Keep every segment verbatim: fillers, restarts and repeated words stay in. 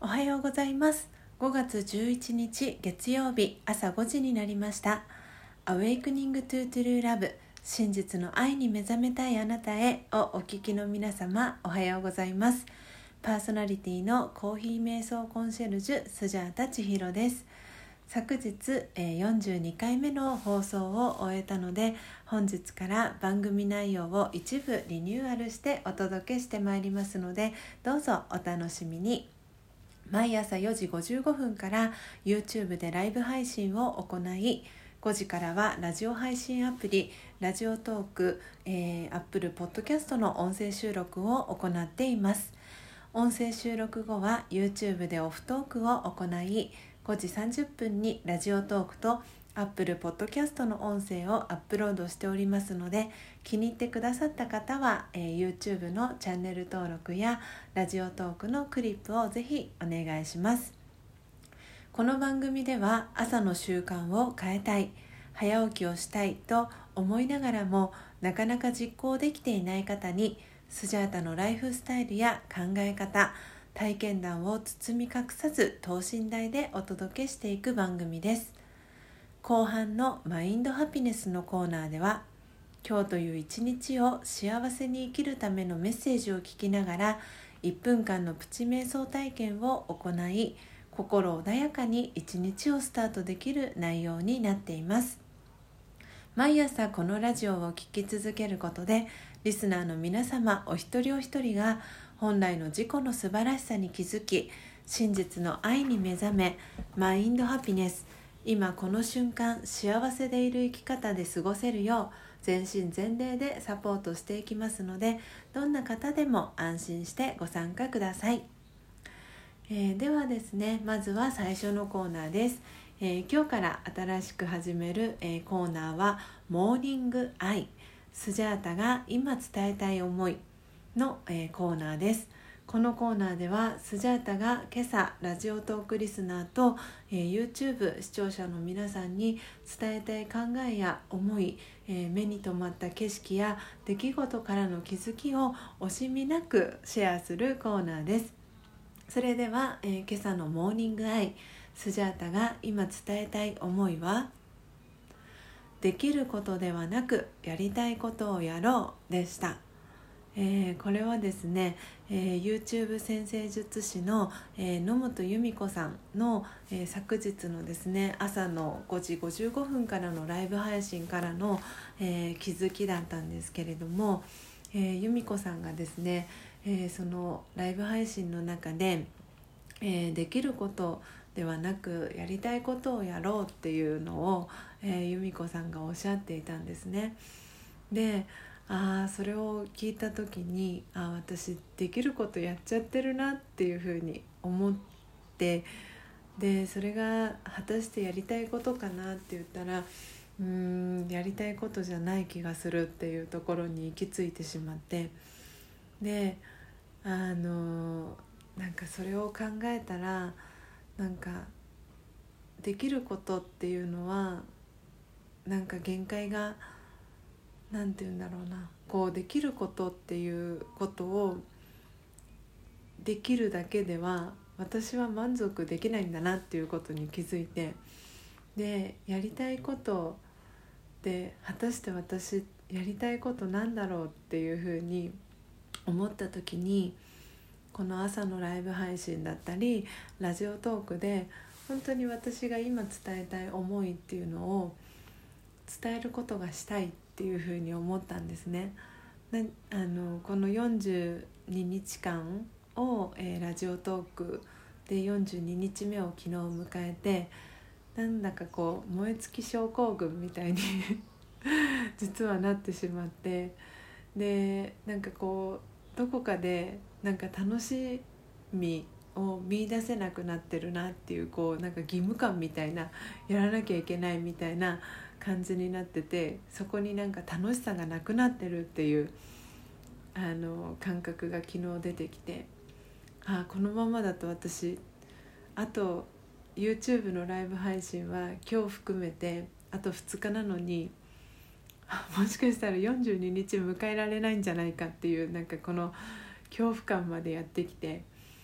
おはようございます。ごがつじゅういちにち月曜日朝ごじになりました。 Awakening to True Love 真実の愛に目覚めたいあなたへをお聞きの皆様、おはようございます。パーソナリティのコーヒー瞑想コンシェルジュスジャータ千尋です。昨日よんじゅうにかいめの放送を終えたので、本日から番組内容を一部リニューアルしてお届けしてまいりますので、どうぞお楽しみに。毎朝よじごじゅうごふんから YouTube でライブ配信を行い、ごじからはラジオ配信アプリラジオトーク、えー、Apple Podcast の音声収録を行っています。音声収録後は YouTube でオフトークを行い、ごじさんじゅっぷんにラジオトークと Apple Podcast の音声をアップロードしておりますので、気に入ってくださった方は、えー、YouTube のチャンネル登録やラジオトークのクリップをぜひお願いします。この番組では朝の習慣を変えたい、早起きをしたいと思いながらもなかなか実行できていない方に、スジャータのライフスタイルや考え方、体験談を包み隠さず等身大でお届けしていく番組です。後半のマインドハピネスのコーナーでは、今日という一日を幸せに生きるためのメッセージを聞きながらいっぷんかんのプチ瞑想体験を行い、心穏やかに一日をスタートできる内容になっています。毎朝このラジオを聞き続けることで、リスナーの皆様お一人お一人が本来の自己の素晴らしさに気づき、真実の愛に目覚め、マインドハピネス、今この瞬間幸せでいる生き方で過ごせるよう全身全霊でサポートしていきますので、どんな方でも安心してご参加ください。えー、ではですね、まずは最初のコーナーです。えー、今日から新しく始める、えー、コーナーはモーニングアイ、スジャータが今伝えたい思いの、えー、コーナーです。このコーナーではスジャータが今朝ラジオトークリスナーと、えー、YouTube 視聴者の皆さんに伝えたい考えや思い、えー、目に留まった景色や出来事からの気づきを惜しみなくシェアするコーナーです。それでは、えー、今朝のモーニングアイ、スジャータが今伝えたい思いは、できることではなくやりたいことをやろうでした。えー、これはですね、えー、YouTube 先生術師の、えー、野本由美子さんの、えー、昨日のですね朝のごじごじゅうごふんからのライブ配信からの、えー、気づきだったんですけれども、えー、由美子さんがですね、えー、そのライブ配信の中で、えー、できることではなくやりたいことをやろうっていうのを、えー、由美子さんがおっしゃっていたんですね。で、あそれを聞いた時に、あ私できることやっちゃってるなっていうふうに思って、でそれが果たしてやりたいことかなって言ったら、うーんやりたいことじゃない気がするっていうところに行き着いてしまって、であのなんかそれを考えたら、なんかできることっていうのはなんか限界が、なんて言うんだろうな、こうできることっていうことをできるだけでは私は満足できないんだなっていうことに気づいて、でやりたいことで果たして私やりたいことなんだろうっていうふうに思った時に、この朝のライブ配信だったりラジオトークで本当に私が今伝えたい思いっていうのを伝えることがしたいっていうふうに思ったんですね。なあのこのよんじゅうににちかんを、えー、ラジオトークでよんじゅうににちめを昨日迎えて、なんだかこう燃え尽き症候群みたいに実はなってしまって、でなんかこうどこかでなんか楽しみを見出せなくなってるなっていう、こうなんか義務感みたいな、やらなきゃいけないみたいな感じになってて、そこになんか楽しさがなくなってるっていうあの感覚が昨日出てきて、あこのままだと私あと YouTube のライブ配信は今日含めてあとふつかなのに、もしかしたらよんじゅうににち迎えられないんじゃないかっていう、なんかこの恐怖感までやってきて、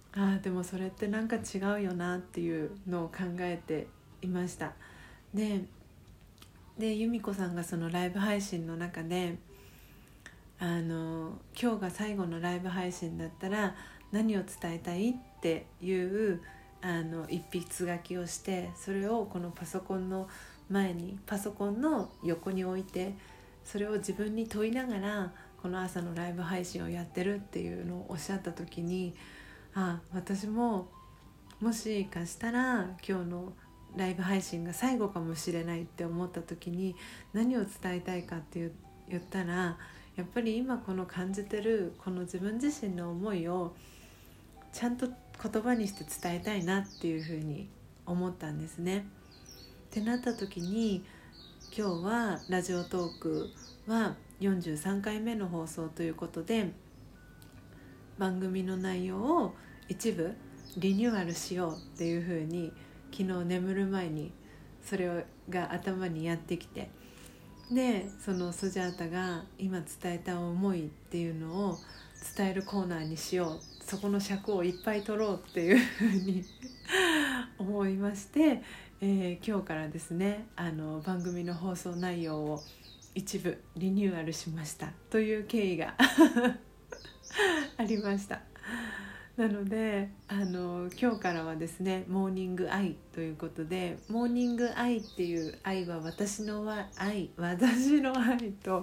ああでもそれってなんか違うよなっていうのを考えていました。でで由美子さんがそのライブ配信の中であの今日が最後のライブ配信だったら何を伝えたいっていうあの一筆書きをして、それをこのパソコンの前にパソコンの横に置いて、それを自分に問いながらこの朝のライブ配信をやってるっていうのをおっしゃった時に、あ私ももしかしたら今日のライブ配信が最後かもしれないって思った時に何を伝えたいかって言ったら、やっぱり今この感じてるこの自分自身の思いをちゃんと言葉にして伝えたいなっていうふうに思ったんですね。ってなった時に、今日はラジオトークはよんじゅうさんかいめの放送ということで、番組の内容を一部リニューアルしようっていうふうに昨日眠る前にそれが頭にやってきて、でそのスジャータが今伝えた思いっていうのを伝えるコーナーにしよう、そこの尺をいっぱい取ろうっていうふうに思いまして、えー、今日からですねあの番組の放送内容を一部リニューアルしましたという経緯がありました。なのであの今日からはですねモーニングアイということで、モーニングアイっていう愛は私の愛私の愛と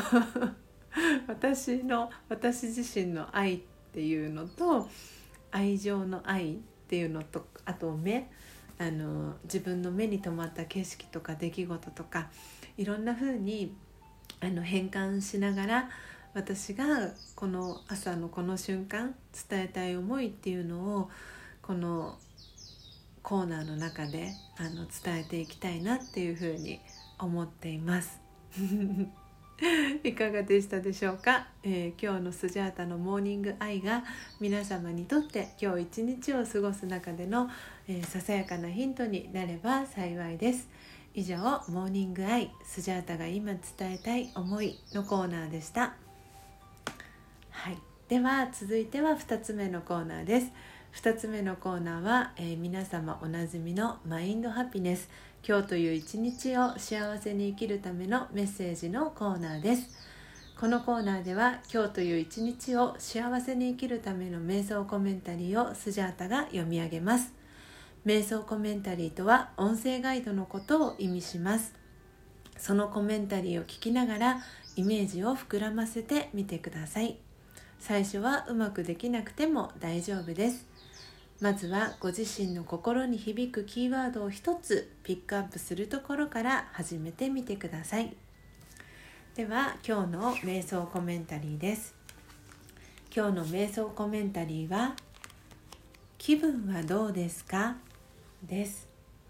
私の私自身の愛っていうのと、愛情の愛っていうのと、あと目あの自分の目に留まった景色とか出来事とかいろんな風にあの変換しながら、私がこの朝のこの瞬間伝えたい思いっていうのをこのコーナーの中であの伝えていきたいなっていうふうに思っていますいかがでしたでしょうか。えー、今日のスジャータのモーニングアイが皆様にとって今日一日を過ごす中での、えー、ささやかなヒントになれば幸いです。以上、モーニングアイスジャータが今伝えたい思いのコーナーでした。はい、では続いてはふたつめのコーナーです。ふたつめのコーナーは、えー、皆様おなじみのマインドハピネス、今日という一日を幸せに生きるためのメッセージのコーナーです。このコーナーでは今日という一日を幸せに生きるための瞑想コメンタリーをスジャータが読み上げます。瞑想コメンタリーとは音声ガイドのことを意味します。そのコメンタリーを聞きながらイメージを膨らませてみてください。最初はうまくできなくても大丈夫です。まずはご自身の心に響くキーワードを一つピックアップするところから始めてみてください。では今日の瞑想コメンタリーです。今日の瞑想コメンタリーは、気分はどうですかです。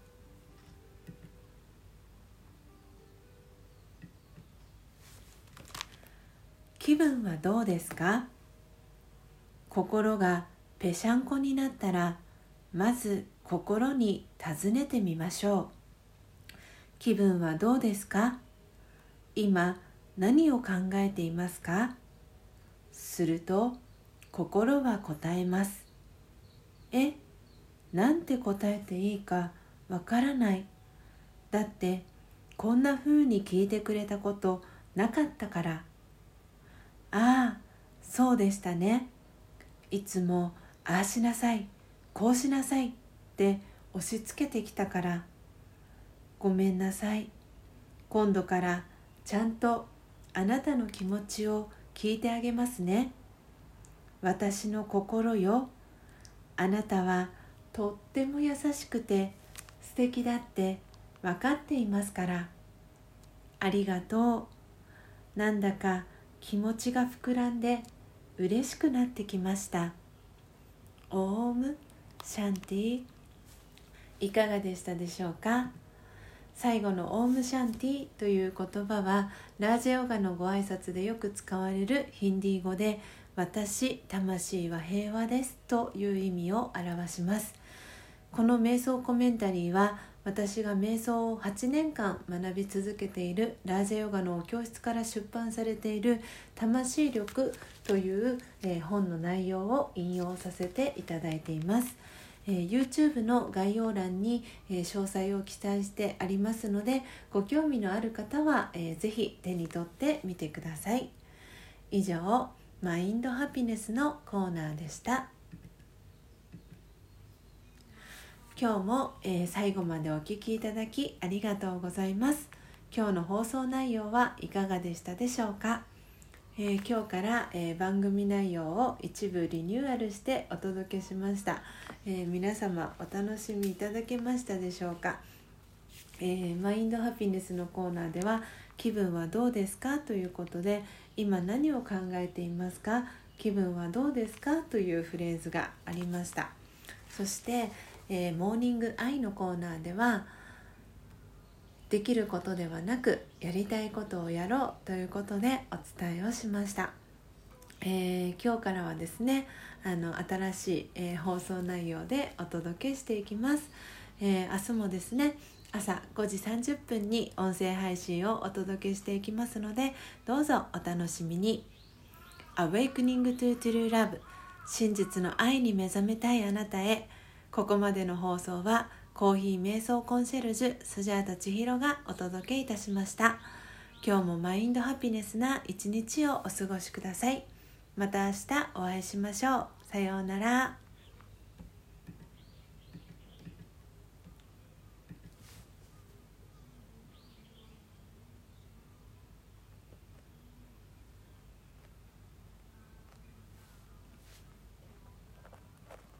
気分はどうですか。心がぺしゃんこになったら、まず心に尋ねてみましょう。気分はどうですか。今何を考えていますか。すると心は答えます。え、なんて答えていいかわからない。だってこんな風に聞いてくれたことなかったから。ああ、そうでしたね。いつもああしなさい、こうしなさいって押し付けてきたから。ごめんなさい。今度からちゃんとあなたの気持ちを聞いてあげますね。私の心よ。あなたはとっても優しくて素敵だって分かっていますから。ありがとう。なんだか気持ちが膨らんで嬉しくなってきました。オームシャンティ。いかがでしたでしょうか。最後のオームシャンティという言葉はラージャヨガのご挨拶でよく使われるヒンディー語で、私、魂は平和ですという意味を表します。 この瞑想コメンタリーは私が瞑想をはちねんかん学び続けているラージャヨガの教室から出版されている魂力という、えー、本の内容を引用させていただいています。えー、YouTube の概要欄に、えー、詳細を記載してありますので、ご興味のある方は、えー、ぜひ手に取ってみてください。以上、マインドハピネスのコーナーでした。今日も、えー、最後までお聞きいただきありがとうございます。今日の放送内容はいかがでしたでしょうか。えー、今日から、えー、番組内容を一部リニューアルしてお届けしました。えー、皆様お楽しみいただけましたでしょうか。えー、マインドハピネスのコーナーでは、気分はどうですかということで、今何を考えていますか、気分はどうですかというフレーズがありました。そして、えー、モーニングアイのコーナーでは、できることではなくやりたいことをやろうということでお伝えをしました。えー、今日からはですね、あの新しい、えー、放送内容でお届けしていきます。えー、明日もですね、朝ごじさんじゅっぷんに音声配信をお届けしていきますので、どうぞお楽しみに。 Awakening to True Love、 真実の愛に目覚めたいあなたへ。ここまでの放送はコーヒー瞑想コンシェルジュスジャータ千尋がお届けいたしました。今日もマインドハピネスな一日をお過ごしください。また明日お会いしましょう。さようなら。